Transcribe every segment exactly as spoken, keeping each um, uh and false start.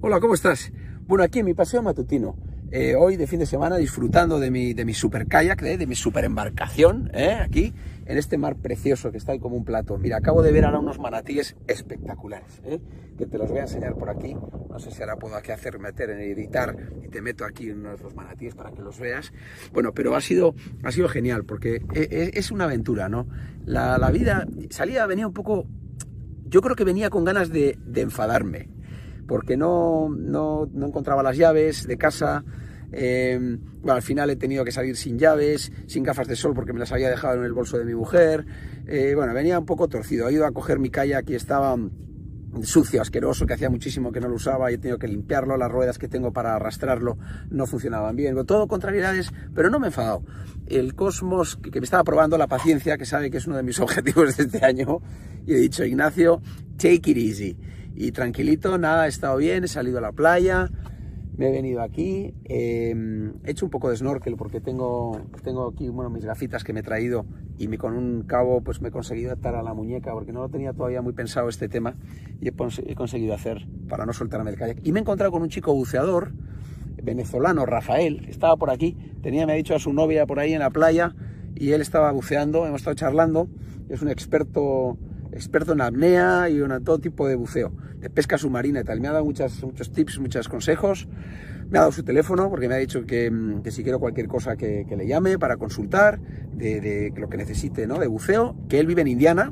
Hola, ¿cómo estás? Bueno, aquí en mi paseo matutino, eh, hoy de fin de semana disfrutando de mi, de mi super kayak, de, de mi super embarcación, ¿eh? Aquí en este mar precioso que está ahí como un plato. Mira, acabo de ver ahora unos manatíes espectaculares, ¿eh? Que te los voy a enseñar por aquí. No sé si ahora puedo aquí hacer, meter en editar y te meto aquí unos los manatíes para que los veas. Bueno, pero ha sido, ha sido genial porque es, es una aventura, ¿no? La, la vida salía, venía un poco, yo creo que venía con ganas de, de enfadarme, porque no, no, no encontraba las llaves de casa. Eh, bueno, al final he tenido que salir sin llaves, sin gafas de sol porque me las había dejado en el bolso de mi mujer. Eh, bueno, venía un poco torcido. He ido a coger mi kayak y estaba sucio, asqueroso, que hacía muchísimo que no lo usaba y he tenido que limpiarlo. Las ruedas que tengo para arrastrarlo no funcionaban bien. Todo contrariedades, pero no me he enfadado. El Cosmos, que me estaba probando la paciencia, que sabe que es uno de mis objetivos de este año, y he dicho: Ignacio, take it easy. Y tranquilito, nada, he estado bien, he salido a la playa, me he venido aquí, eh, he hecho un poco de snorkel porque tengo, tengo aquí, bueno, mis gafitas que me he traído y me, con un cabo pues me he conseguido atar a la muñeca porque no lo tenía todavía muy pensado este tema y he, he conseguido hacer para no soltarme el kayak. Y me he encontrado con un chico buceador venezolano, Rafael, estaba por aquí, tenía, me ha dicho, a su novia por ahí en la playa y él estaba buceando, hemos estado charlando, es un experto... experto en apnea y en todo tipo de buceo, de pesca submarina y tal. Me ha dado muchas, muchos tips, muchos consejos. Me ha dado su teléfono porque me ha dicho que, que si quiero cualquier cosa que, que le llame para consultar de, de lo que necesite, ¿no? De buceo, que él vive en Indiana,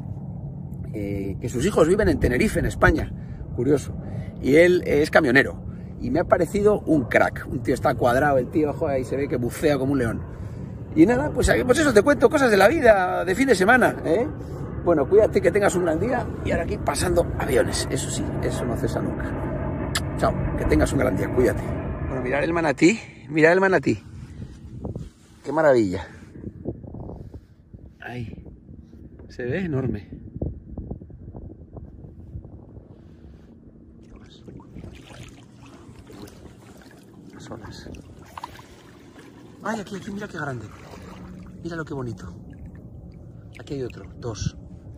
eh, que sus hijos viven en Tenerife, en España, curioso, y él es camionero y me ha parecido un crack. Un tío, está cuadrado el tío, joder, y se ve que bucea como un león. Y nada, pues, pues eso, te cuento cosas de la vida de fin de semana, ¿eh? Bueno, cuídate, que tengas un gran día. Y ahora aquí pasando aviones. Eso sí, eso no cesa nunca. Chao, que tengas un gran día, cuídate. Bueno, mirad el manatí, mirad el manatí. Qué maravilla. Ahí, se ve enorme. Las olas. Ay, aquí, aquí, mira qué grande. Mira lo que bonito. Aquí hay otro, dos.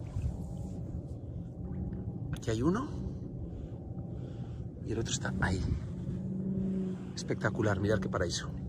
Aquí hay uno y el otro está ahí. Espectacular, mirad qué paraíso.